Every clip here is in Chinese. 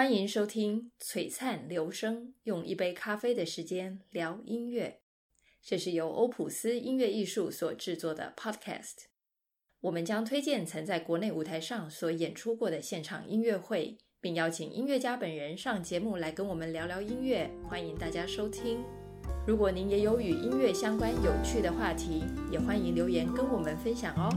欢迎收听璀璨流声，用一杯咖啡的时间聊音乐。这是由欧普思音乐艺术所制作的 Podcast。我们将推荐曾在国内舞台上所演出过的现场音乐会，并邀请音乐家本人上节目来跟我们聊聊音乐，欢迎大家收听。如果您也有与音乐相关有趣的话题，也欢迎留言跟我们分享哦。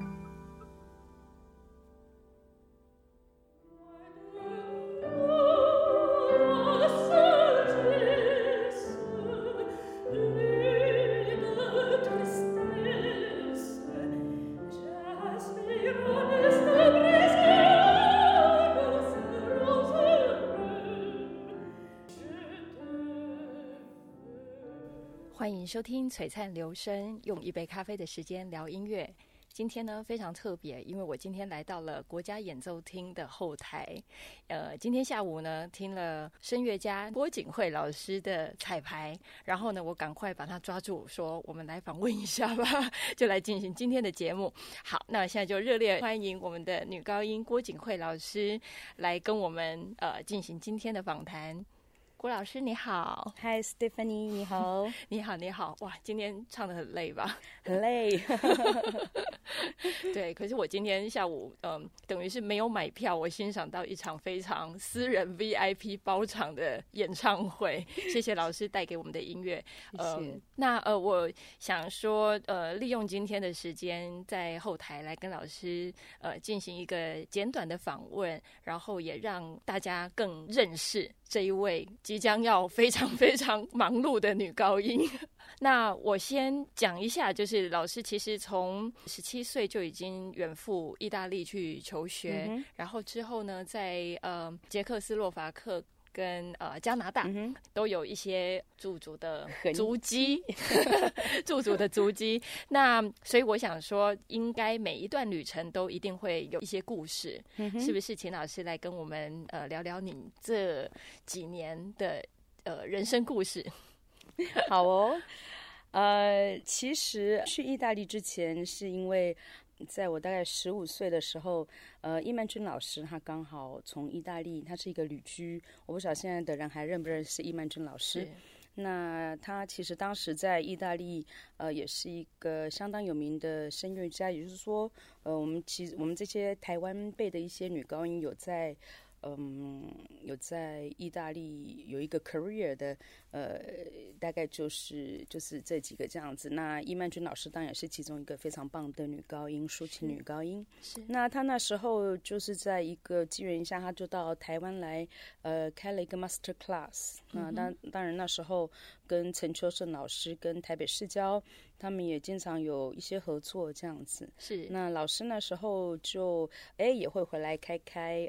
欢迎收听璀璨流声，用一杯咖啡的时间聊音乐。今天呢非常特别，因为我今天来到了国家演奏厅的后台。今天下午呢听了声乐家郭景惠老师的彩排，然后呢我赶快把他抓住，说我们来访问一下吧，就来进行今天的节目。好，那现在就热烈欢迎我们的女高音郭景惠老师来跟我们进行今天的访谈。郭老师你好。 嗨 Stephanie 你好。 你好你好。哇，今天唱得很累吧？ 很累。 对，可是我今天下午等于是没有买票，我欣赏到一场非常私人 VIP 包场的演唱会。谢谢老师带给我们的音乐。 谢谢。 那我想说利用今天的时间在后台来跟老师进行一个简短的访问，然后也让大家更认识这一位即将要非常非常忙碌的女高音。那我先讲一下，就是老师其实从17岁就已经远赴意大利去求学，然后之后呢在捷克斯洛伐克跟加拿大都有一些驻足的足迹。驻足的足迹。那所以我想说应该每一段旅程都一定会有一些故事，是不是请老师来跟我们聊聊你这几年的人生故事？ 好哦。其实去意大利之前是因为在我大概15岁的时候，易曼君老师他刚好从意大利，他是一个旅居，我不晓得现在的人还认不认识易曼君老师。那他其实当时在意大利，也是一个相当有名的声乐家，也就是说，我们这些台湾辈的一些女高音有在意大利有一个 career 的，大概就是这几个这样子。那易曼君老师当然也是其中一个非常棒的女高音，抒情女高音。是。那她那时候就是在一个机缘下，她就到台湾来，开了一个 master class。那当然那时候跟陈秋盛老师跟台北市交他们也经常有一些合作这样子。是。那老师那时候就也会回来开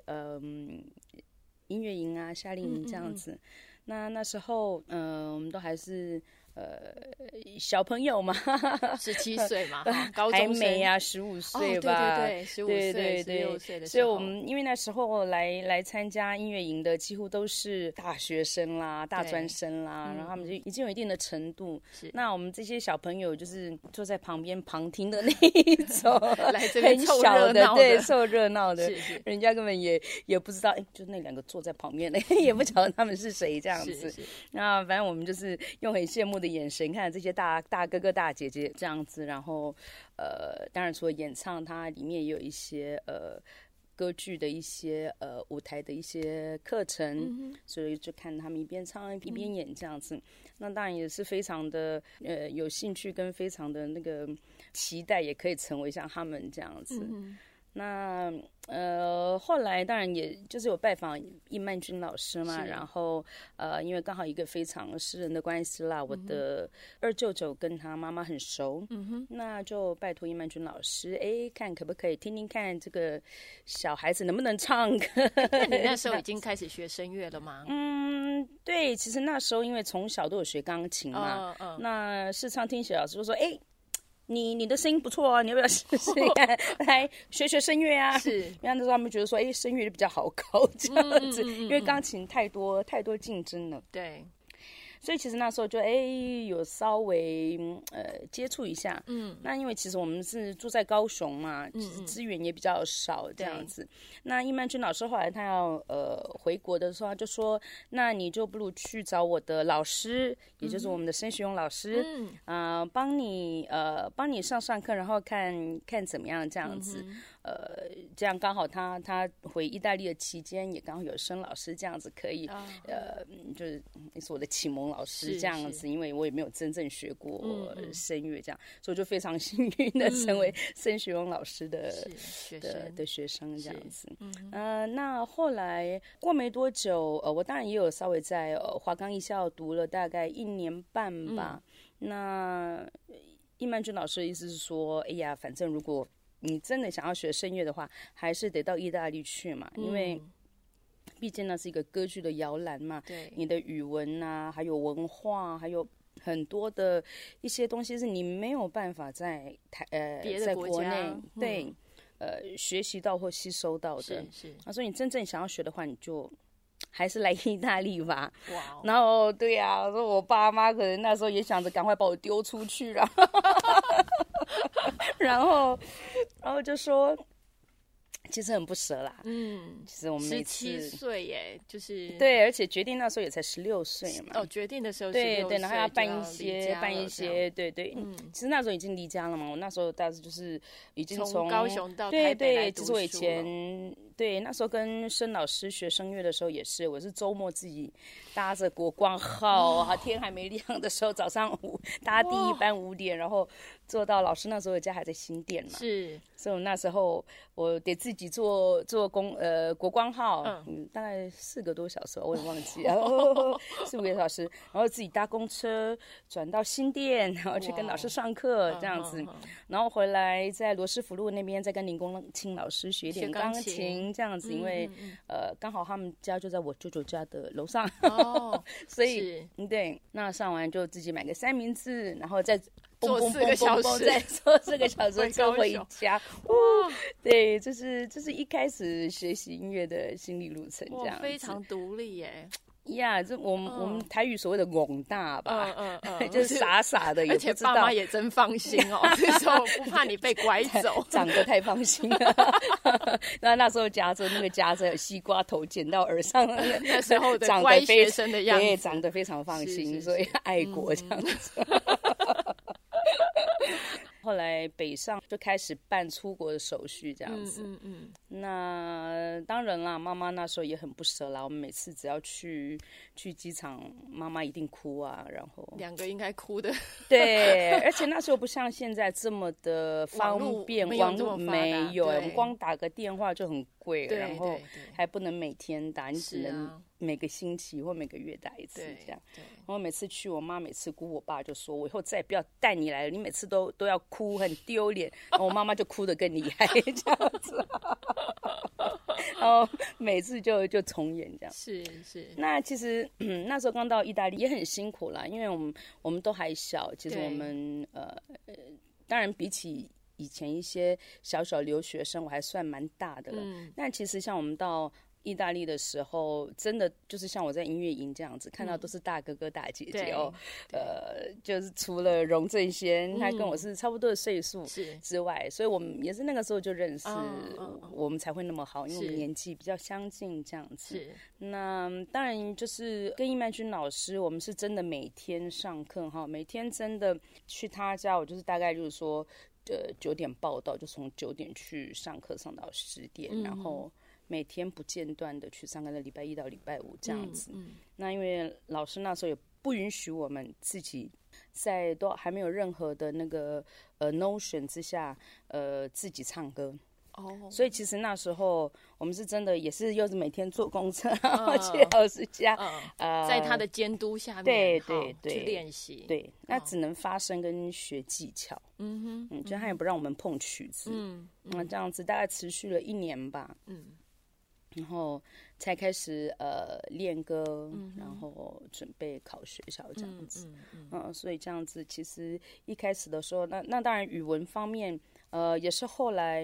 音乐营啊、夏令营这样子。那时候我们都还是小朋友嘛 ，17岁嘛，高中生还没啊，15岁吧。 对，15岁、16岁的时候。 所以我们因为那时候来参加音乐营的几乎都是大学生啦、大专生啦，然后他们就已经有一定的程度。那我们这些小朋友就是坐在旁边旁听的那一种， 来这边凑热闹的， 对，凑热闹的。是。人家根本也不知道，就那2个坐在旁边的，也不晓得他们是谁这样子。是。那反正我们就是用很羡慕的眼神看这些大哥哥大姐姐这样子，然后当然除了演唱，它里面也有一些歌剧的一些舞台的一些课程，所以就看他们一边唱一边演这样子。那当然也是非常的有兴趣跟非常的那个期待，也可以成为像他们这样子。那后来当然也就是有拜访易曼君老师嘛，然后因为刚好一个非常私人的关系啦，我的二舅舅跟他妈妈很熟，那就拜托易曼君老师，看可不可以听听看这个小孩子能不能唱歌。 那你那时候已经开始学声乐了吗？ 对，其实那时候因为从小都有学钢琴嘛，那视唱听写老师就说，你的声音不错啊，你要不要试试看来学声乐啊？是，因为那时候他们觉得说，声乐比较好搞这样子，因为钢琴太多竞争了。对。 所以其实那时候就有稍微接触一下。那因为其实我们是住在高雄嘛，其实资源也比较少这样子。那易曼君老师后来他要回国的时候，他就说，那你就不如去找我的老师，也就是我们的申学勇老师，帮你上课，然后看怎么样这样子。这样刚好他回意大利的期间，也刚好有申老师这样子可以，就是也是我的启蒙老师这样子，因为我也没有真正学过声乐这样，所以我就非常幸运的成为申学勇老师的学生这样子。那后来过没多久，我当然也有稍微在华冈艺校读了大概1年半吧。那易曼君老师的意思是说，哎呀，反正如果你真的想要学声乐的话，还是得到意大利去嘛，因为毕竟那是一个歌剧的摇篮嘛。 对， 你的语文啊，还有文化，还有很多的一些东西是你没有办法在在国内学习到或吸收到的。 是。 所以你真正想要学的话，你就还是来意大利吧。 哇！ 然后对呀，我说我爸妈可能那时候也想着赶快把我丢出去了。然后就说，其实很不舍啦。其实我们每次 17岁耶，就是对，而且决定那时候也才16岁嘛。 决定的时候对，然后要办一些，对。其实那时候已经离家了嘛，我那时候大致就是已经从高雄到台北来读书了。 其实我以前那时候跟申老师学声乐的时候也是，我是周末自己搭着国光号，天还没亮的时候，早上搭第一班5点，然后坐到老师那时候的家还在新店嘛。 是， 所以我那时候我得自己坐国光号，大概4个多小时吧，我也忘记了，4、5个小时，然后自己搭公车转到新店，然后去跟老师上课这样子，然后回来在罗斯福路那边再跟林公清老师学点钢琴这样子，因为刚好他们家就在我舅舅家的楼上，所以对，那上完就自己买个3明治，然后再坐4个小时， 再坐4个小时车回家。哇，对，这是一开始学习音乐的心理路程，这样非常独立耶。 呀，这我们台语所谓的懵大吧，就是傻傻的，也不知道， 而且爸妈也真放心哦，这时候不怕你被拐走， 长得太放心了。那时候夹着有西瓜头剪到耳上， 那时候的乖学生的样子， 对，长得非常放心，所以爱国这样子。后来北上就开始办出国的手续，这样子。那当然啦，妈妈那时候也很不舍啦。我们每次只要去机场，妈妈一定哭啊。然后 2个应该哭的。 对，而且那时候不像现在这么的方便，网络没有，我们光打个电话就很贵，然后还不能每天打，你只能每个星期或每个月打一次这样。然后每次去，我妈每次哭，我爸就说：“我以后再也不要带你来了，你每次都要哭，很丢脸。”然后我妈妈就哭得更厉害，这样子。然后每次就重演这样。 是。 那其实那时候刚到意大利也很辛苦啦，因为我们都还小，其实我们当然比起以前一些小留学生，我还算蛮大的了。但其实像我们到意大利的时候，真的就是像我在音乐营这样子，看到都是大哥哥大姐姐哦。就是除了荣正贤，他跟我是差不多的岁数之外，所以我们也是那个时候就认识，我们才会那么好，因为我们年纪比较相近这样子。那当然就是跟易曼君老师，我们是真的每天上课哈，每天真的去他家，我就是大概就是说，9点报到，就从9点去上课上到10点，然后每天不间断的去上课，礼拜1到礼拜5这样子。那因为老师那时候也不允许我们自己在都还没有任何的那个notion 之下自己唱歌。所以其实那时候我们是真的也是又是每天坐公车去老师家， 在他的监督下面， 对去练习。 对，那只能发声跟学技巧。就他也不让我们碰曲子。那这样子大概持续了1年吧。然后才开始练歌，然后准备考学校这样子。所以这样子其实一开始的时候，那当然语文方面也是后来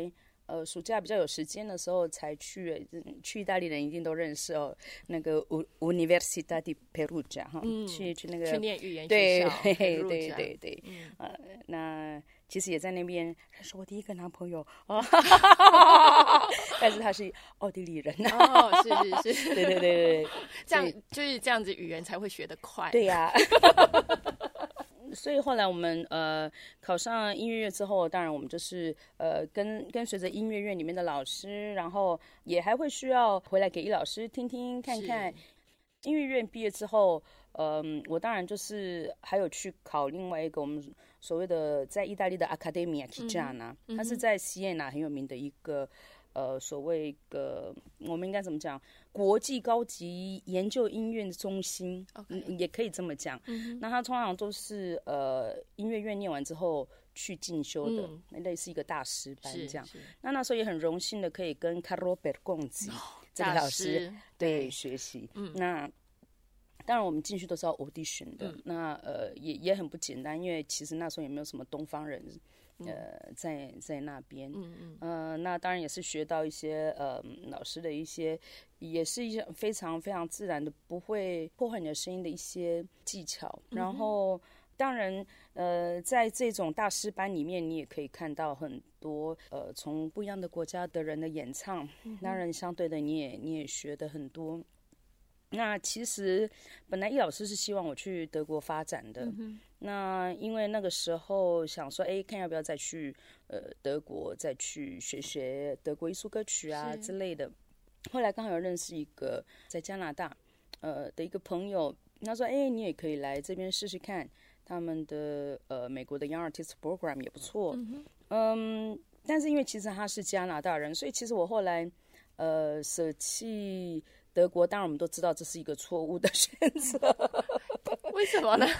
暑假比较有时间的时候才去，去意大利人一定都认识哦，那个 Università di Perugia 哈，去那个去念语言学校， 对，那其实也在那边认识我第一个男朋友哦，但是他是奥地利人哦，是， 对， 这样就是这样子，语言才会学得快， 对呀。所以后来我们考上音乐院之后，当然我们就是跟随着音乐院里面的老师，然后也还会需要回来给易老师听听看看。音乐院毕业之后，我当然就是还有去考另外一个我们所谓的在意大利的 Accademia Chigiana，它是在西耶纳很有名的一个所谓一个我们应该怎么讲？国际高级研究音乐中心，也可以这么讲。那它通常都是音乐院念完之后去进修的，类似一个大师班这样。那时候也很荣幸的可以跟 Carlo Bergonzi 这个老师对学习。那当然我们进去都是要 audition 的，那也很不简单，因为其实那时候也没有什么东方人。在那边，那当然也是学到一些老师的一些，也是一些非常非常自然的，不会破坏你的声音的一些技巧。然后，当然，在这种大师班里面，你也可以看到很多从不一样的国家的人的演唱。当然，相对的，你也学的很多。那其实本来易老师是希望我去德国发展的，那因为那个时候想说，看要不要再去德国再去学德国艺术歌曲啊之类的。后来刚好有认识一个在加拿大的一个朋友，他说，你也可以来这边试试看，他们的美国的 Young Artist Program 也不错。但是因为其实他是加拿大人，所以其实我后来舍弃德国，当然我们都知道这是一个错误的选择。 为什么呢？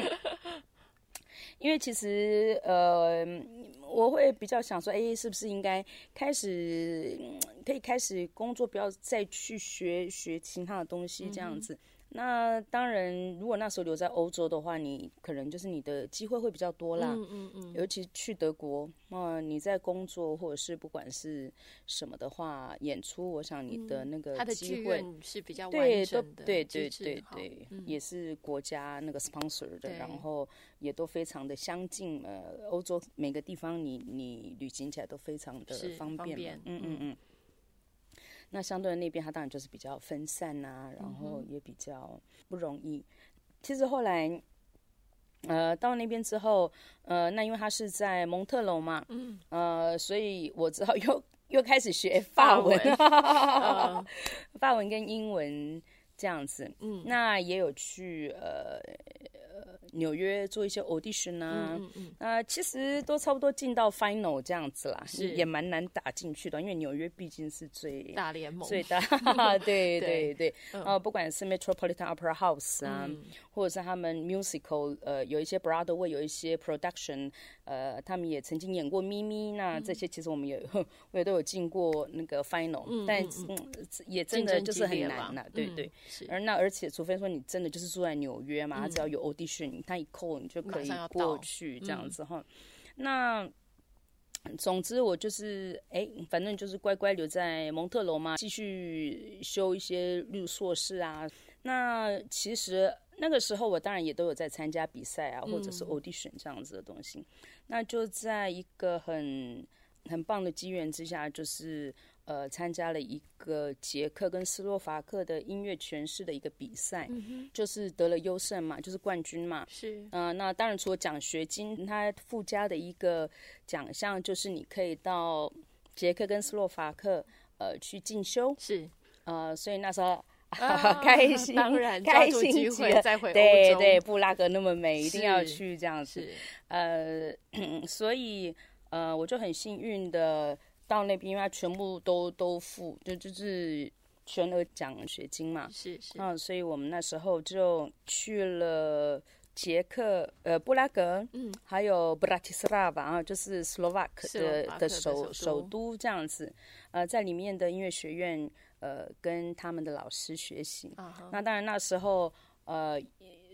因为其实我会比较想说，是不是应该可以开始工作，不要再去学其他的东西这样子。那当然，如果那时候留在欧洲的话，你可能就是你的机会会比较多啦。尤其去德国，你在工作或者是不管是什么的话，演出，我想你的那个机会， 他的剧院是比较完整的， 对，也是国家那个 sponsor 的，然后也都非常的相近。欧洲每个地方你旅行起来都非常的方便。那相对的那边，它当然就是比较分散啊，然后也比较不容易。其实后来，到那边之后，那因为它是在蒙特楼嘛，所以我只好又开始学法文，法文跟英文这样子。那也有去纽约做一些 audition 啊，其实都差不多进到 final 这样子啦，也蛮难打进去的，因为纽约毕竟是最大联盟， 最大，对，不管是 Metropolitan Opera House 啊，或者是他们 musical，有一些 Broadway， 有一些 production，他们也曾经演过咪咪，那这些其实我也都有进过那个 final，但也真的就是很难啦，对，而且除非说你真的就是住在纽约嘛，他只要有 audition。他一扣你就可以过去这样子哈。那总之我就是反正就是乖乖留在蒙特楼嘛，继续修一些例如硕士啊。那其实那个时候我当然也都有在参加比赛啊，或者是 audition 这样子的东西。那就在一个很棒的机缘之下，就是参加了一个捷克跟斯洛伐克的音乐诠释的一个比赛，就是得了优胜嘛，就是冠军嘛。 是， 那当然除了奖学金，它附加的一个奖项就是你可以到捷克跟斯洛伐克去进修。 是， 所以那时候开心， 当然开心机会再回欧洲， 对，布拉格那么美，一定要去这样子。所以我就很幸运的。到那边，因为他全部都付，就是全额奖学金嘛。 是。 所以我们那时候就去了捷克，布拉格，还有 Bratislava，就是 Slovak 的首都这样子。在里面的音乐学院，跟他们的老师学习。那当然那时候，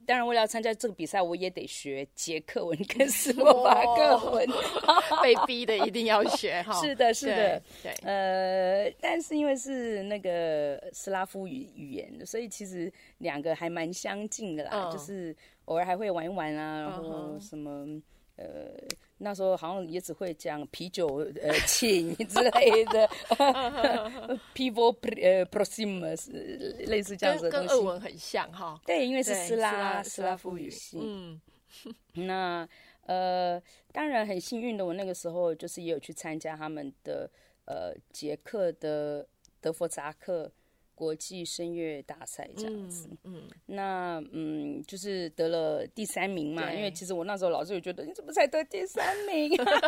当然为了要参加这个比赛，我也得学捷克文跟斯洛伐克文， 被逼的一定要学哈。 是的，是的， 对， 但是因为是那个斯拉夫语言的，所以其实两个还蛮相近的啦，就是偶尔还会玩一玩啊，然后什么那时候好像也只会讲啤酒请之类的，pivo prosimus 类似这样子的东西， 跟俄文很像哈。 对，因为是斯拉夫语系。那当然很幸运的，我那个时候就是也有去参加他们的捷克的德弗扎克国际声乐大赛这样子，那就是得了第3名嘛，因为其实我那时候老师也觉得你怎么才得第3名？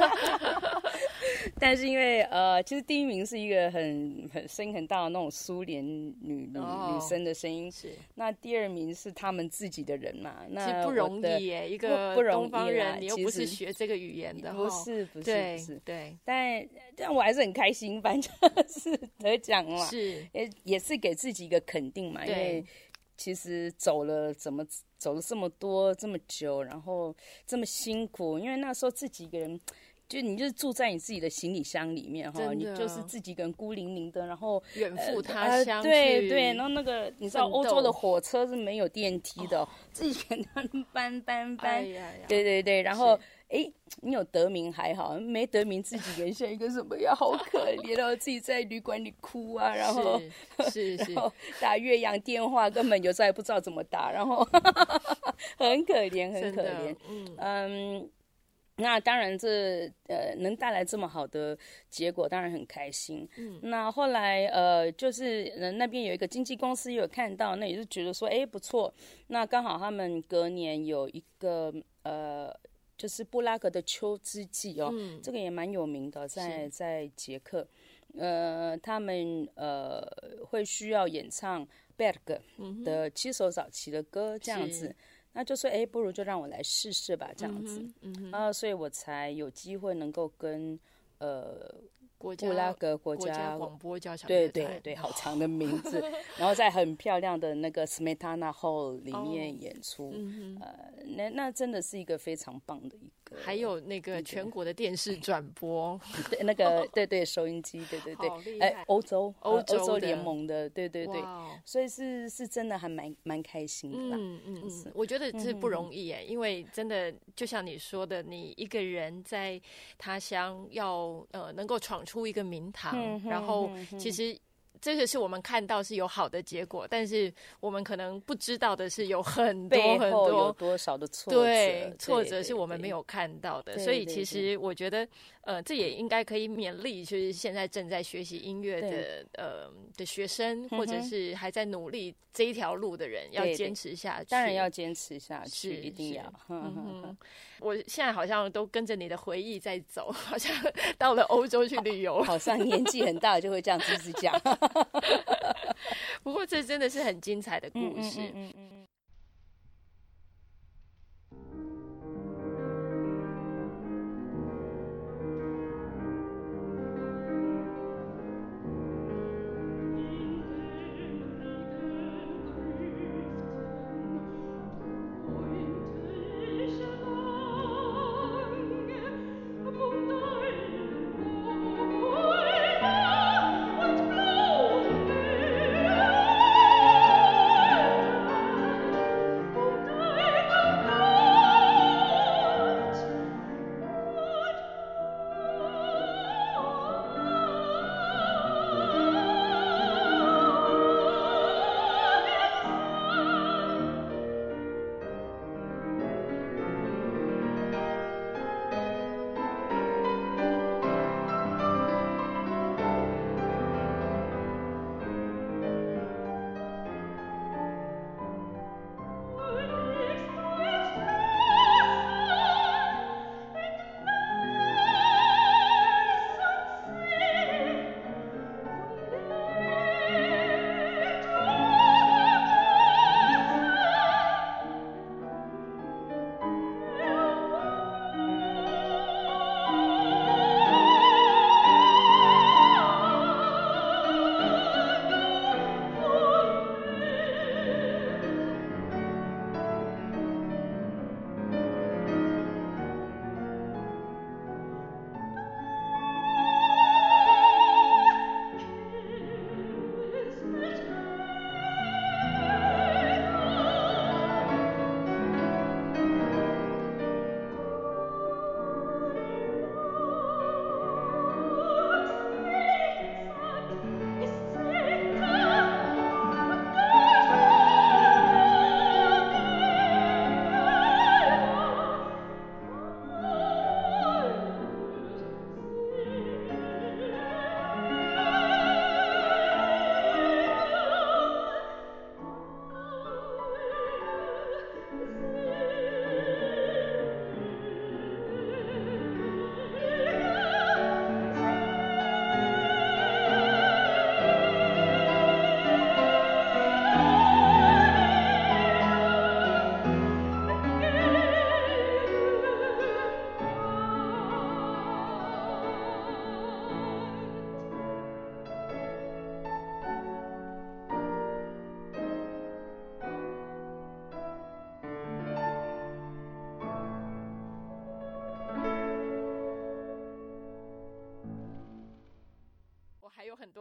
但是因为其实第1名是一个很声音很大的那种苏联女生的声音，是那第2名是他们自己的人嘛，那其实不容易耶，一个东方人，你又不是学这个语言的， 不是， 对， 但我还是很开心，反正就是得奖嘛， 是也是给自己一个肯定嘛，因为其实走了这么多这么久，然后这么辛苦，因为那时候自己一个人。就你就是住在你自己的行李箱里面哈，你就是自己一个人孤零零的，然后远赴他乡对，然后那个你知道欧洲的火车是没有电梯的，自己给他们搬，对，然后你有得名还好，没得名自己人像一个什么呀，好可怜，然后自己在旅馆里哭啊，然后然后打越洋电话根本有时候还不知道怎么打，然后很可怜，那当然这能带来这么好的结果，当然很开心。那后来就是那边有一个经纪公司也有看到，那也是觉得说不错。那刚好他们隔年有一个就是布拉格的秋之祭哦，这个也蛮有名的，在捷克。他们会需要演唱 Berg 的7首早期的歌这样子。那就说不如就让我来试试吧，这样子，所以我才有机会能够跟布拉格国家广播交响乐团， 对，好长的名字，然后在很漂亮的那个 Smetana Hall 里面演出，那真的是一个非常棒的一个， 还有那个全国的电视转播， 那个对收音机，对，欧洲联盟的，对，所以是真的还蛮开心的啦， 我觉得这不容易耶，因为真的就像你说的，你一个人在他乡要能够闯出一个名堂，然后其实这个是我们看到是有好的结果，但是我们可能不知道的是有很多背后有多少的挫折， 对，挫折是我们没有看到的，所以其实我觉得这也应该可以勉励，就是现在正在学习音乐的学生，或者是还在努力这一条路的人，要坚持下去。 当然要坚持下去，一定要。 我现在好像都跟着你的回忆在走，好像到了欧洲去旅游了， 好像年纪很大了就会这样子一直讲。 不过这真的是很精彩的故事。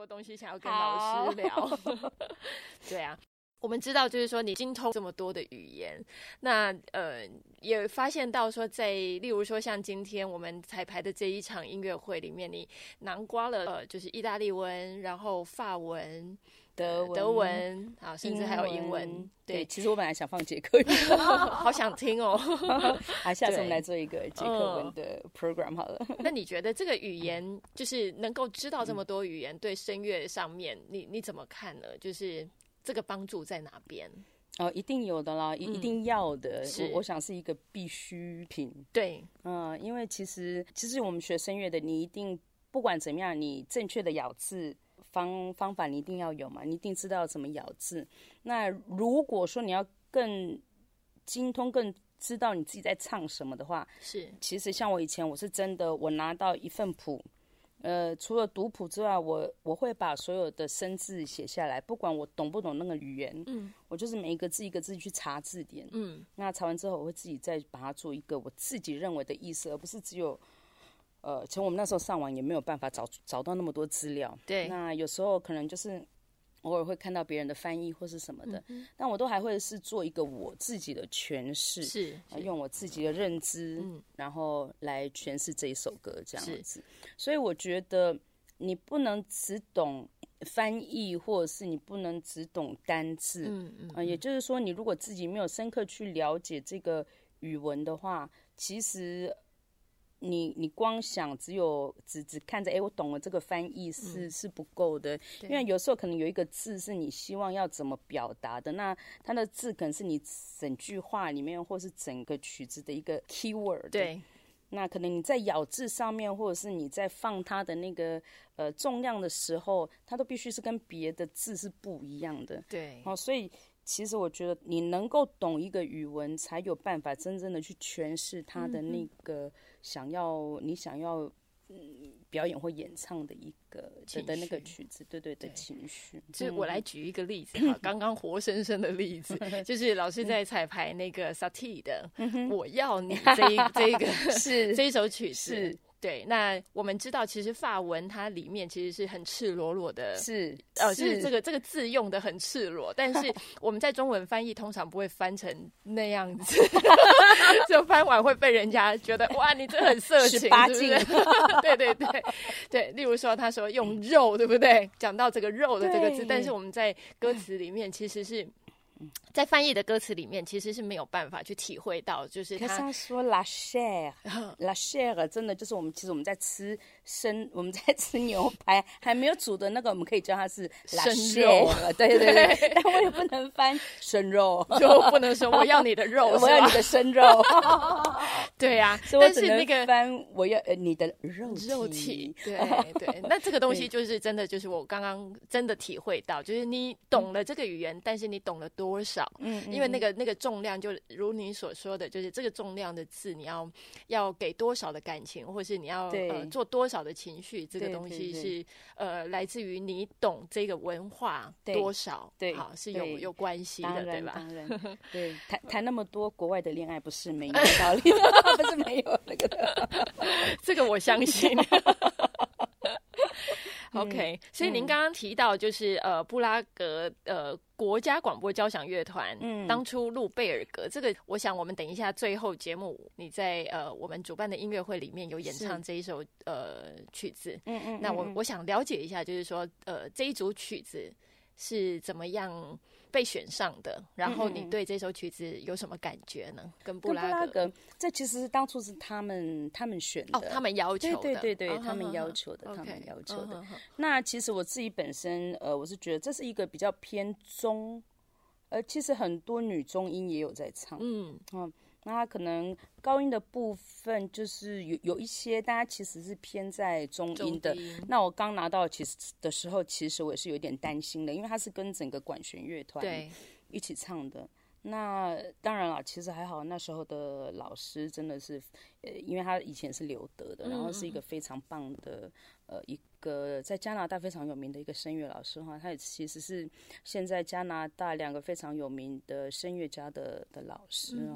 多东西想要跟老师聊。对啊。我们知道，就是说你精通这么多的语言，那也发现到说例如说像今天我们彩排的这一场音乐会里面，你囊括了就是意大利文，然后法文、德文，好，甚至还有英文。 对，其实我本来想放捷克语， 好想听哦。 好，下次我们来做一个捷克文的 program 好了。 那你觉得这个语言就是能够知道这么多语言，对声乐上面你怎么看呢？就是这个帮助在哪边？ 一定有的啦，一定要的。我想是一个必需品。 对， 因为其实我们学声乐的，你一定不管怎么样，你正确的咬字方法你一定要有嘛，你一定知道怎么咬字。那如果说你要更精通、更知道你自己在唱什么的话， 是， 其实像我以前，我是真的，我拿到一份谱。除了读谱之外，我会把所有的生字写下来，不管我懂不懂那个语言，我就是每一个字一个字去查字典，那查完之后，我会自己再把它做一个我自己认为的意思，而不是只有，其实我们那时候上网也没有办法找到那么多资料， 对， 那有时候可能就是偶尔会看到别人的翻译或是什么的，但我都还会是做一个我自己的诠释， 是用我自己的认知，然后来诠释这一首歌这样子。所以我觉得你不能只懂翻译，或者是你不能只懂单字，也就是说，你如果自己没有深刻去了解这个语文的话，其实你光想只看着我懂了这个翻译是不够的，因为有时候可能有一个字是你希望要怎么表达的，那它的字可能是你整句话里面或是整个曲子的一个 keyword， 对， 那可能你在咬字上面，或者是你在放它的那个重量的时候，它都必须是跟别的字是不一样的， 对， 所以其实我觉得你能够懂一个语文，才有办法真正的去诠释它的那个你想要表演或演唱的一个的那个曲子，对的情绪。 就是我来举一个例子哈，刚刚活生生的例子，就是老师在彩排那个 Satie 的我要你这一个是这一首曲子是。 对，那我们知道，其实法文它里面其实是很赤裸裸的， 是这个字用的很赤裸，但是我们在中文翻译通常不会翻成那样子，就翻完会被人家觉得哇，你这很色情 ，18禁， 对，例如说他说用肉，对不对？讲到这个肉的这个字，但是我们在歌词里面其实是。在翻译的歌词里面，其实是没有办法去体会到，就是可是他说 la chair，la chair 真的就是其实我们在吃我们在吃牛排还没有煮的那个，我们可以叫它是 la chair， 对，但我也不能翻生肉， 就不能说我要你的肉， 我要你的生肉， 对呀， 但是那个翻我要你的肉体，对，那这个东西就是真的，就是我刚刚真的体会到，就是你懂了这个语言，但是你懂了多少？因为那个重量，就如你所说的，就是这个重量的字，你要给多少的感情，或是你要做多少的情绪，这个东西是来自于你懂这个文化多少， 对， 好是有关系的，对吧？ 当然，对，谈那么多国外的恋爱不是没有道理，不是没有那个的， 这个我相信。OK， 所以您刚刚提到就是布拉格国家广播交响乐团，当初录贝尔格，这个我想我们等一下最后节目你在我们主办的音乐会里面有演唱这一首曲子，那我想了解一下，就是说这一组曲子是怎么样被选上的，然后你对这首曲子有什么感觉呢？跟布拉格， 这其实当初是他们选的， 他们要求的， 对，他们要求的，他们要求的。那其实我自己本身，我是觉得这是一个比较偏中，其实很多女中音也有在唱，那它可能高音的部分就是有一些大家其实是偏在中音的。那我刚拿到的时候，其实我也是有点担心的，因为它是跟整个管弦乐团一起唱的。那当然了，其实还好，那时候的老师真的是，因为他以前是留德的，然后是一个非常棒的，一个在加拿大非常有名的一个声乐老师哈，他也其实是现在加拿大2个非常有名的声乐家的老师啊。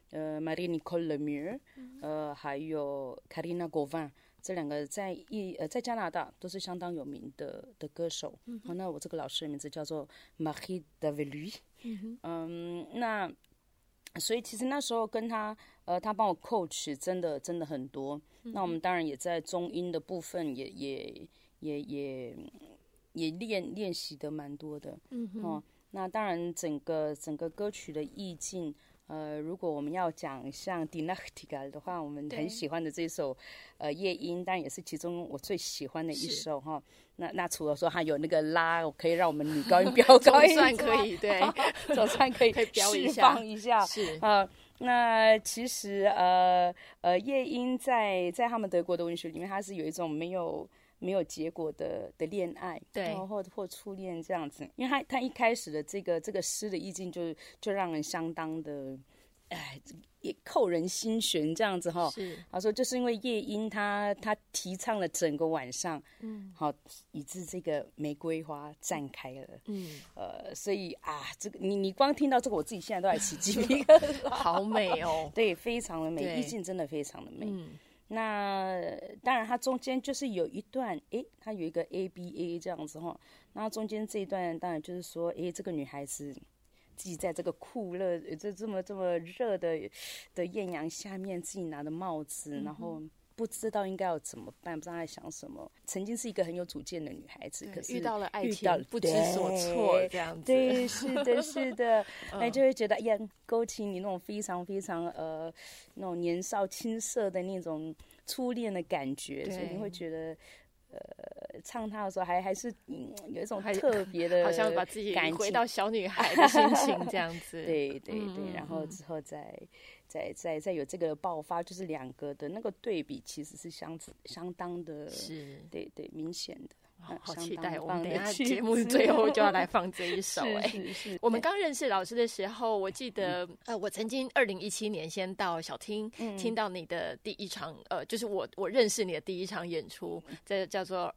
Marie Nicole Lemieux，还有 Karina Gauvin。这两个在加拿大都是相当有名的歌手。那我这个老师的名字叫做 Marie Davelui。那所以其实那时候跟他他帮我 coach 真的很多。那我们当然也在中音的部分也练习的蛮多的。那当然整个歌曲的意境。如果我们要讲像 Die Nachtigall 的话，我们很喜欢的这首夜莺，当然也是其中我最喜欢的一首哈。那除了说它有那个拉，可以让我们女高音飙高音， 总算可以对， 总算可以释放一下。 是那其实夜莺在他们德国的文学里面，它是有一种没有结果的恋爱， 对， 或初恋这样子，因为他一开始的这个诗的意境就让人相当的，也扣人心弦这样子哈。他说就是因为夜莺他提倡了整个晚上，好，以致这个玫瑰花绽开了，所以这个你光听到这个，我自己现在都还起鸡皮疙瘩， 好美哦， 对，非常的美，意境真的非常的美。那当然，它中间就是有一段，它有一个 ABA 这样子哈。那中间这一段当然就是说，这个女孩子自己在这个酷热、这么热的艳阳下面，自己拿着帽子，然后不知道应该要怎么办，不知道在想什么。曾经是一个很有主见的女孩子，可是遇到了爱情，不知所措这样子。 对，是的，那就会觉得勾起你那种非常非常那种年少青涩的那种初恋的感觉，所以你会觉得唱它的时候还是有一种特别的， 好像把自己回到小女孩的心情这样子。 对，然后之后再有这个爆发，就是两个的那个对比，其实是相当的，对明显的。 好期待！我们等一下节目最后就要来放这一首。 是。 我们刚认识老师的时候，我记得我曾经2017年先到小厅听到你的第一场就是我认识你的第一场演出，这叫做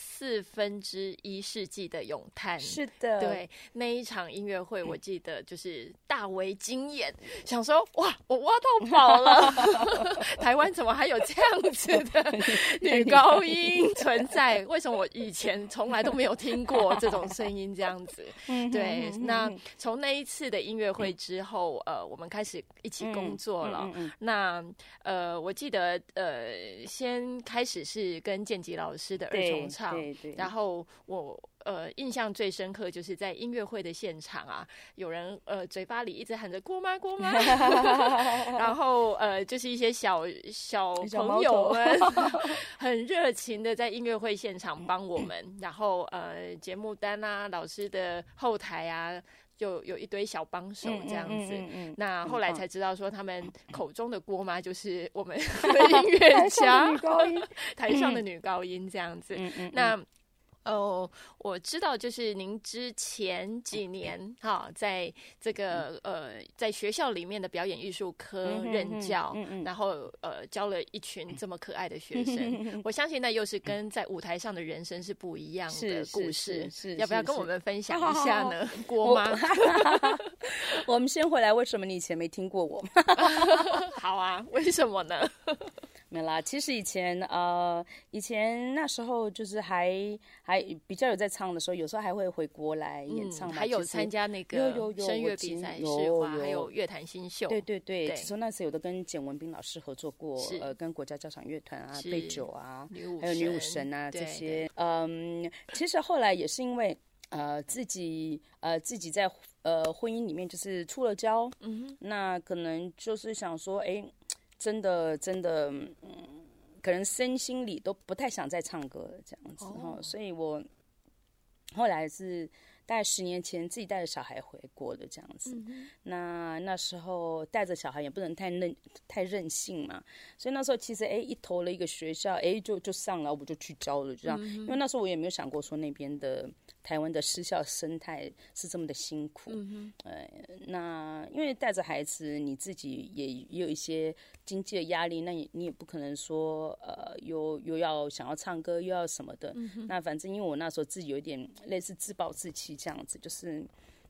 1/4世纪的咏叹。 是的， 对，那一场音乐会我记得就是大为惊艳，想说哇，我挖到宝了！台湾怎么还有这样子的女高音存在？为什么我以前从来都没有听过这种声音这样子？对，那从那一次的音乐会之后，我们开始一起工作了。那我记得先开始是跟建吉老师的二重唱，然后我印象最深刻就是在音乐会的现场啊，有人嘴巴里一直喊着郭妈郭妈，然后就是一些小朋友们很热情的在音乐会现场帮我们，然后节目单啊，老师的后台啊，就有一堆小帮手这样子。那后来才知道说，他们口中的郭妈就是我们的音乐家，台上的女高音这样子。那我知道，就是您之前几年在这个在学校里面的表演艺术科任教，然后教了一群这么可爱的学生。我相信那又是跟在舞台上的人生是不一样的故事，要不要跟我们分享一下呢？郭妈， 我们先回来，为什么你以前没听过我？ 好啊，为什么呢？ 没啦，其实以前那时候就是还比较有在唱的时候，有时候还会回国来演唱嘛， 还有参加那个声乐比赛、世华，还有乐坛新秀。 对，其实那时候有的跟简文彬老师合作过，跟国家交响乐团啊、贝九啊，还有女武神啊这些。其实后来也是因为自己在婚姻里面就是出了交，那可能就是想说，真的，可能身心里都不太想再唱歌了这样子所以我后来是大概10年前自己带着小孩回国的这样子。那时候带着小孩也不能太任性嘛，所以那时候其实一投了一个学校，就上了，我就去教了这样。因为那时候我也没有想过说那边的台湾的私校生态是这么的辛苦。那因为带着孩子，你自己也有一些经济的压力，那你也不可能说又要想要唱歌又要什么的。那反正因为我那时候自己有一点类似自暴自弃这样子，就是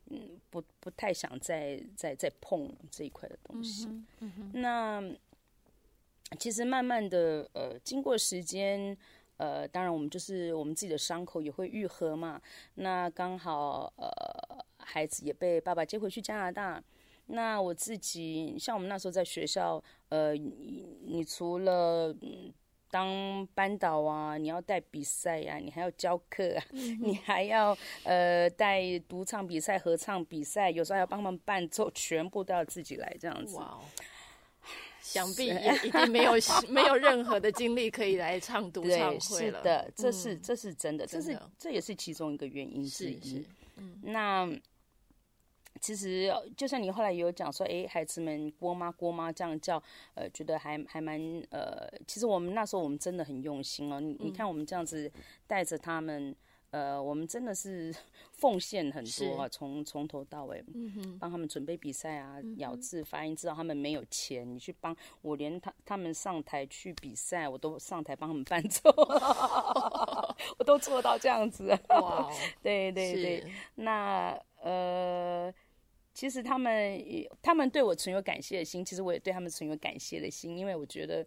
不太想再碰这一块的东西。那其实慢慢的经过时间，当然我们就是我们自己的伤口也会愈合嘛。那刚好孩子也被爸爸接回去加拿大。那我自己像我们那时候在学校，你除了当班导啊，你要带比赛啊，你还要教课啊，你还要带独唱比赛、合唱比赛，有时候还要帮他们伴奏，全部都要自己来这样子。 哇，想必也一定没有任何的精力可以来唱独唱会了。 是的，这是真的，这也是其中一个原因之一。那其实就像你后来也有讲说，孩子们郭妈这样叫，觉得还蛮其实我们那时候我们真的很用心哦。你看我们这样子带着他们，我们真的是奉献很多啊，从头到尾，帮他们准备比赛啊，咬字发音，知道他们没有钱，你去帮我，连他们上台去比赛，我都上台帮他们伴奏，我都做到这样子。哇，对，那其实他们对我存有感谢的心，其实我也对他们存有感谢的心，因为我觉得，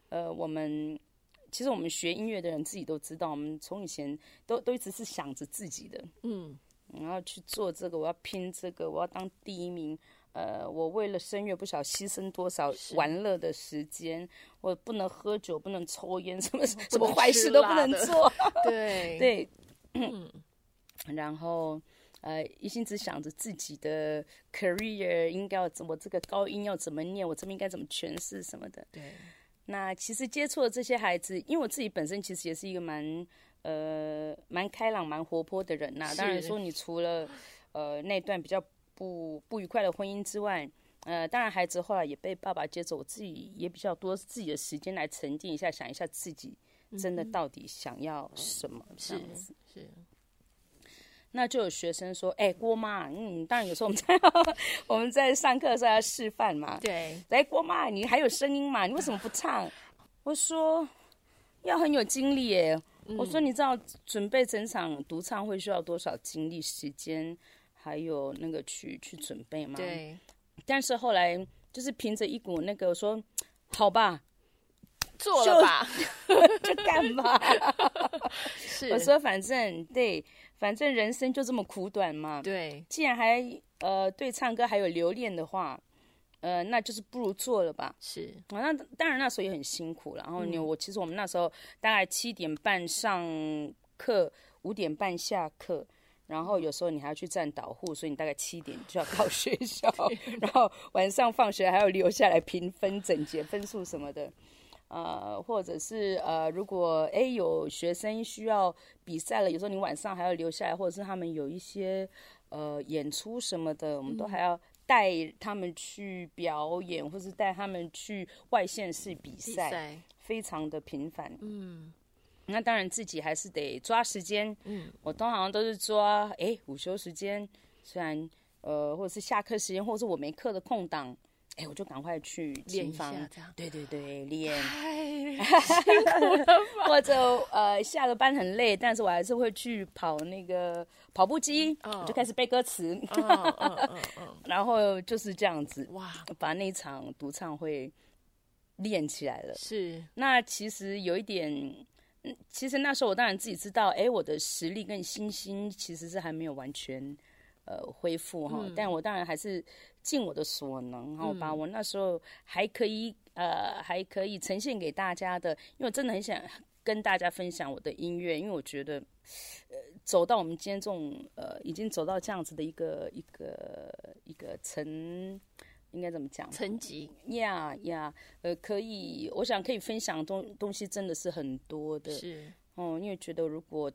其实我们学音乐的人自己都知道，我们从以前都一直是想着自己的，然后去做这个，我要拼这个，我要当第一名，我为了声乐不晓得牺牲多少玩乐的时间，我不能喝酒，不能抽烟，什么坏事都不能做，对，然后。一心只想着自己的 career 应该要怎么，这个高音要怎么念，我这边应该怎么诠释什么的。 对。 那其实接触了这些孩子，因为我自己本身其实也是一个蛮开朗、蛮活泼的人呐。当然说，你除了那段比较不愉快的婚姻之外，当然孩子后来也被爸爸接走，我自己也比较多自己的时间来沉淀一下，想一下自己真的到底想要什么这样子。 是。 那就有学生说：“郭妈，当然有时候我们在上课的时候要示范嘛。 对， 郭妈，你还有声音嘛？你为什么不唱？”我说：“要很有精力耶。”我说：“你知道准备整场独唱会需要多少精力、时间，还有那个去准备吗？” 对。 但是后来就是凭着一股那个，我说：“好吧， 做了吧， 就干吧。” 是， 我说反正人生就这么苦短嘛。 对， 既然还对唱歌还有留恋的话，那就是不如做了吧。 是， 那当然那时候也很辛苦。然后其实我们那时候大概7点半上课，5点半下课，然后有时候你还要去站导护，所以你大概7点就要到学校，然后晚上放学还要留下来评分、整洁分数什么的。或者是如果有学生需要比赛了，有时候你晚上还要留下来，或者是他们有一些演出什么的，我们都还要带他们去表演，或是带他们去外县市比赛，非常的频繁。那当然自己还是得抓时间。我通常都是抓午休时间，虽然或者是下课时间，或者是我没课的空档。我就赶快去琴房，对，练。 辛苦了吧？ 或者下了班很累，但是我还是会去跑那个跑步机，我就开始背歌词，然后就是这样子，哇，把那场独唱会练起来了。 是， 那其实有一点，其实那时候我当然自己知道，我的实力跟信心其实是还没有完全恢复哈，但我当然还是尽我的所能，然后把我那时候还可以呈现给大家的，因为我真的很想跟大家分享我的音乐，因为我觉得走到我们今天这种已经走到这样子的一个应该怎么讲？ 层级可以，我想可以分享的东西真的是很多的， 是因为觉得如果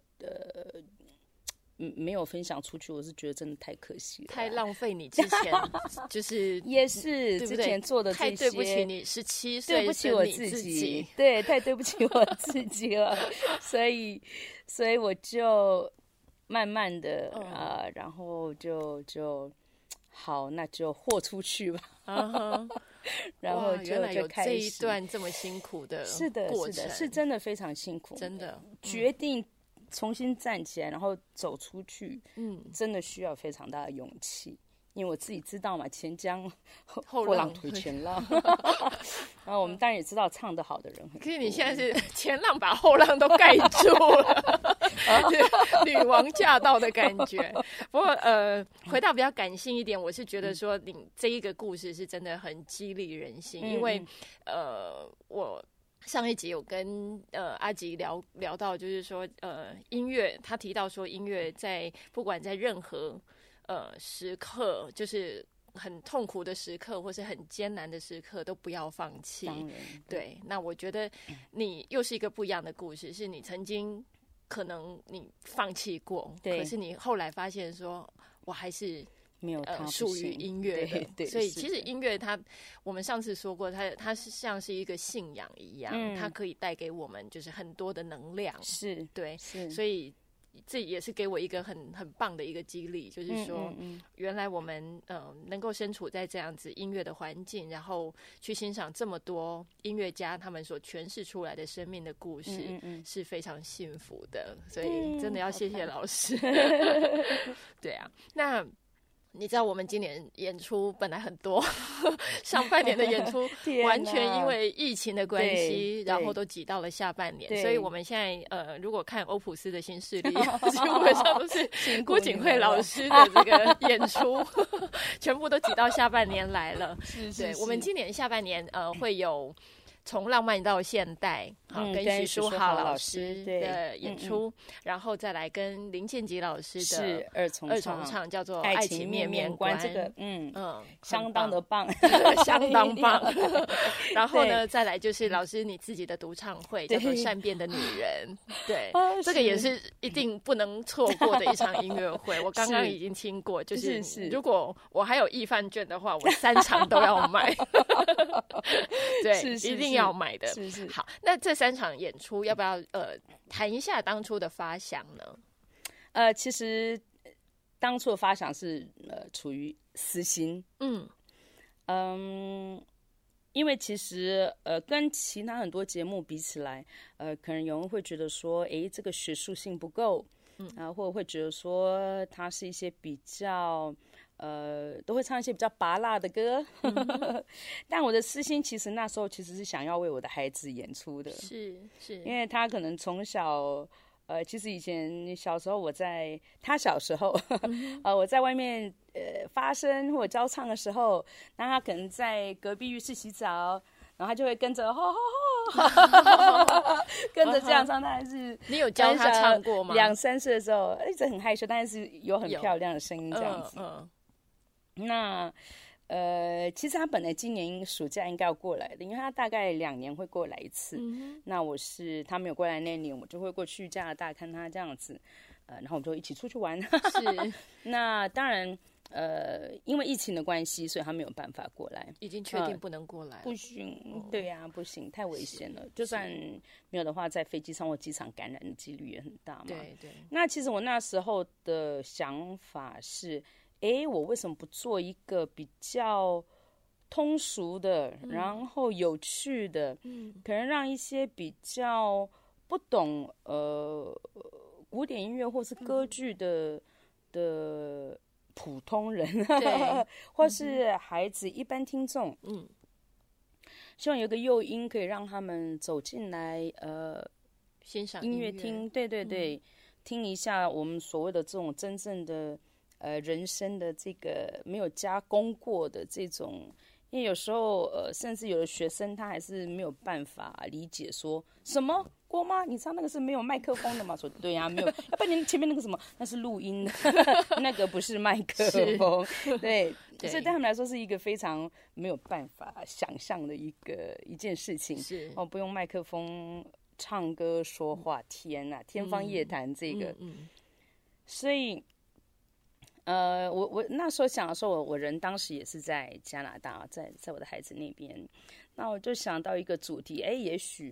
没有分享出去，我是觉得真的太可惜了， 太浪费你之前就是也是之前做的这些， 太对不起你17岁， 对不起我自己，对，太对不起我自己了，所以我就慢慢的然后就好，那就豁出去吧。然后原来有开始这一段这么辛苦的过程， 是真的非常辛苦， 真的决定重新站起来，然后走出去，真的需要非常大的勇气。因为我自己知道嘛，前江后浪推前浪，然后我们当然也知道唱得好的人很多。 可是你现在是前浪把后浪都盖住了，女王驾到的感觉。不过回到比较感性一点，我是觉得说你这一个故事是真的很激励人心，因为我上一集有跟阿吉聊到，就是说音乐，他提到说音乐在不管在任何时刻，就是很痛苦的时刻或是很艰难的时刻都不要放弃。对，那我觉得你又是一个不一样的故事，是你曾经可能你放弃过，可是你后来发现说我还是没有属于音乐的。 对， 所以其实音乐我们上次说过，它是像是一个信仰一样，它可以带给我们就是很多的能量。 是， 对，所以这也是给我一个很棒的一个激励，就是说原来我们能够身处在这样子音乐的环境，然后去欣赏这么多音乐家他们所诠释出来的生命的故事，是非常幸福的。所以真的要谢谢老师。对啊，那你知道我们今年演出本来很多，上半年的演出完全因为疫情的关系，然后都挤到了下半年，所以我们现在如果看欧普斯的新势力，基本上都是郭景惠老师的这个演出，全部都挤到下半年来了。对，我们今年下半年会有从浪漫到现代，跟许书豪老师的演出，然后再来跟林建吉老师的二重唱，叫做《 爱情面面观》。 这个相当的棒， 相当棒。然后呢，再来就是老师你自己的独唱会，叫做《善变的女人》。对，这个也是一定不能错过的一场音乐会。我刚刚已经听过，就是如果我还有易饭券的话，我3场都要买。对，一定要买的。好，那这3场演出要不要谈一下当初的发想呢？ 其实当初的发想是处于私心，因为其实跟其他很多节目比起来，可能有人会觉得说，这个学术性不够，或者会觉得说它是一些比较。都会唱一些比较拔辣的歌，但我的私心其实那时候其实是想要为我的孩子演出的， 是， 因为他可能从小，其实以前小时候他小时候，我在外面发声或者教唱的时候，那他可能在隔壁浴室洗澡，然后他就会跟着跟着这样唱。他还是你有教他唱过吗 ？2、3岁的时候，一直很害羞，但是有很漂亮的声音这样子。那其实他本来今年暑假应该要过来的，因为他大概2年会过来一次。那他没有过来那年，我就会过去加拿大看他这样子，然后我们就一起出去玩。 是。 那当然，因为疫情的关系，所以他没有办法过来。 已经确定不能过来了。 不行，对呀，不行，太危险了。就算没有的话，在飞机上或机场感染的几率也很大嘛。 对。 那其实我那时候的想法是。我为什么不做一个比较通俗的，然后有趣的，可能让一些比较不懂古典音乐或是歌剧的普通人，或是孩子一般听众，希望有个诱因可以让他们走进来， 欣赏音乐厅，对，听一下我们所谓的这种真正的。人生的这个没有加工过的这种，因为有时候甚至有的学生他还是没有办法理解说什么郭妈，你唱那个是没有麦克风的吗？说对呀，没有，要不然你前面那个什么那是录音的，那个不是麦克风，对，所以对他们来说是一个非常没有办法想象的一件事情， 是不用麦克风唱歌说话，天哪，天方夜谭这个，所以。我那时候想的时候，我人当时也是在加拿大，在我的孩子那边，那我就想到一个主题，也许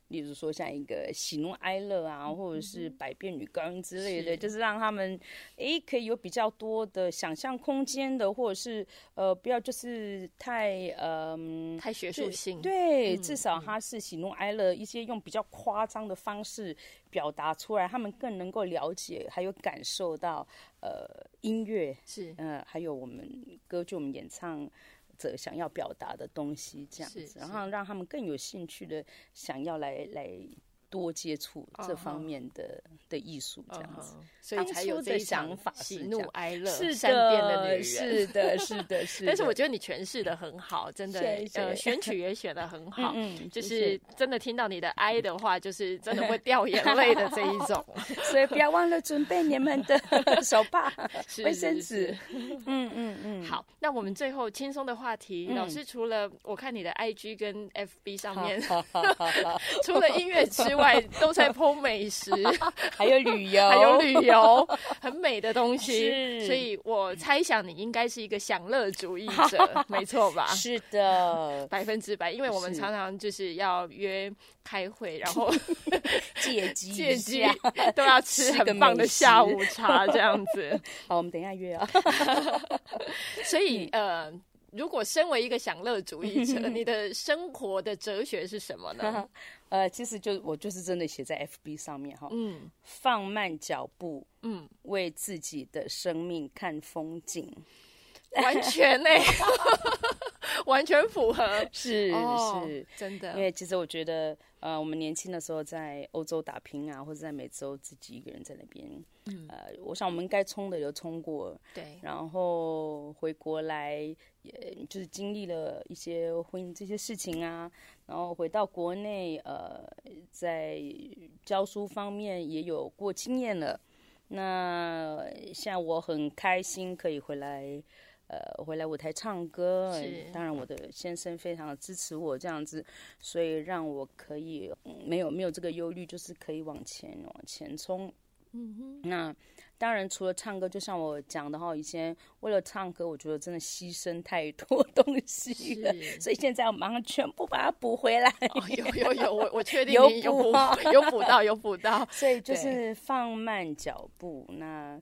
例如说像一个喜怒哀乐啊，或者是百变女高音之类的，就是让他们可以有比较多的想象空间的，或者是不要就是太学术性， 对，至少它是喜怒哀乐一些用比较夸张的方式表达出来，他们更能够了解还有感受到音乐是还有我们歌剧我们演唱者想要表达的东西这样子，然后让他们更有兴趣的想要来多接触这方面的艺术这样子， 所以才有这想法， 喜怒哀乐善变的女人， 是的。 但是我觉得你诠释的很好，真的，选曲也选的很好，就是真的听到你的哀的话，就是真的会掉眼泪的这一种。 所以不要忘了准备你们的手帕、卫生纸。 好，那我们最后轻松的话题，老师除了我看你的 IG 跟 FB 上面，除了音乐之外，都在 po 美食， 还有旅游， 很美的东西。所以我猜想你应该是一个享乐主义者，没错吧？ 是的 ，100%，因为我们常常就是要约开会，然后借机都要吃很棒的下午茶这样子。 好，我们等一下约啊。 所以如果身为一个享乐主义者，你的生活的哲学是什么呢？ 其实我就是真的写在 FB 上面哈，放慢脚步，为自己的生命看风景， 完全完全符合， 是真的。 因为其实我觉得，我们年轻的时候在欧洲打拼啊，或者在美洲自己一个人在那边，我想我们该冲的有冲过， 对， 然后回国来，也就是经历了一些婚姻这些事情啊，然后回到国内，在教书方面也有过经验了。那现在我很开心可以回来舞台唱歌，当然我的先生非常的支持我这样子，所以让我可以没有这个忧虑，就是可以往前冲。那当然除了唱歌，就像我讲的哈，以前为了唱歌，我觉得真的牺牲太多东西了，所以现在我马上全部把它补回来。 有，我确定你有补到， 所以就是放慢脚步，那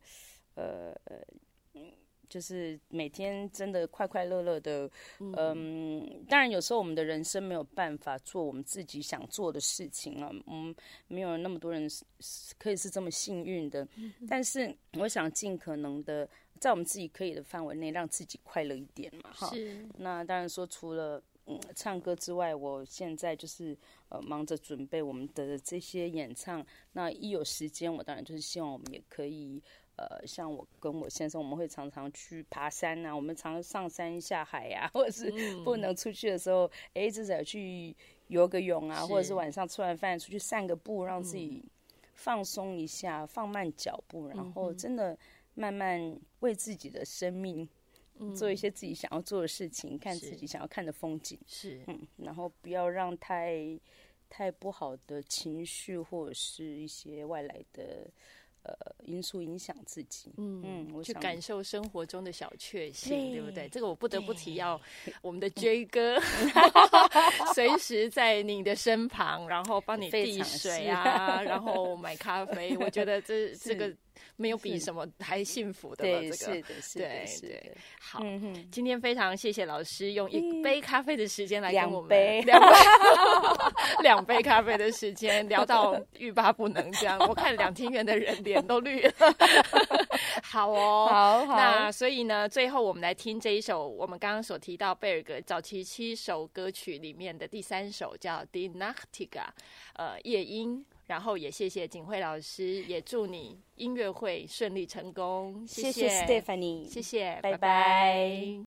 就是每天真的快快乐乐的，当然有时候我们的人生没有办法做我们自己想做的事情啊，没有那么多人可以是这么幸运的，但是我想尽可能的在我们自己可以的范围内让自己快乐一点嘛，哈。那当然说除了唱歌之外，我现在就是忙着准备我们的这些演唱，那一有时间我当然就是希望我们也可以像我跟我先生，我们会常常去爬山啊，我们常常上山下海啊，或者是不能出去的时候，至少去游个泳啊，或者是晚上吃完饭出去散个步，让自己放松一下，放慢脚步，然后真的慢慢为自己的生命做一些自己想要做的事情，看自己想要看的风景，然后不要让太不好的情绪或者是一些外来的因素影响自己，我去感受生活中的小确幸，对不对？这个我不得不提要我们的 J 哥，随时在你的身旁，然后帮你递水啊，然后买咖啡。我觉得这个没有比什么还幸福的了。这个是的。 好，今天非常谢谢老师用1杯咖啡的时间来跟我们2杯咖啡的时间聊到欲罢不能，这样我看两厅院的人脸都绿了。好哦， 好。 那所以呢，最后我们来听这一首我们刚刚所提到贝尔格早期7首歌曲里面的第3首，叫 Die Nachtigall， 夜莺。然后也谢谢景惠老师，也祝你音乐会顺利成功。 谢谢 Stephanie， 谢谢， 拜拜。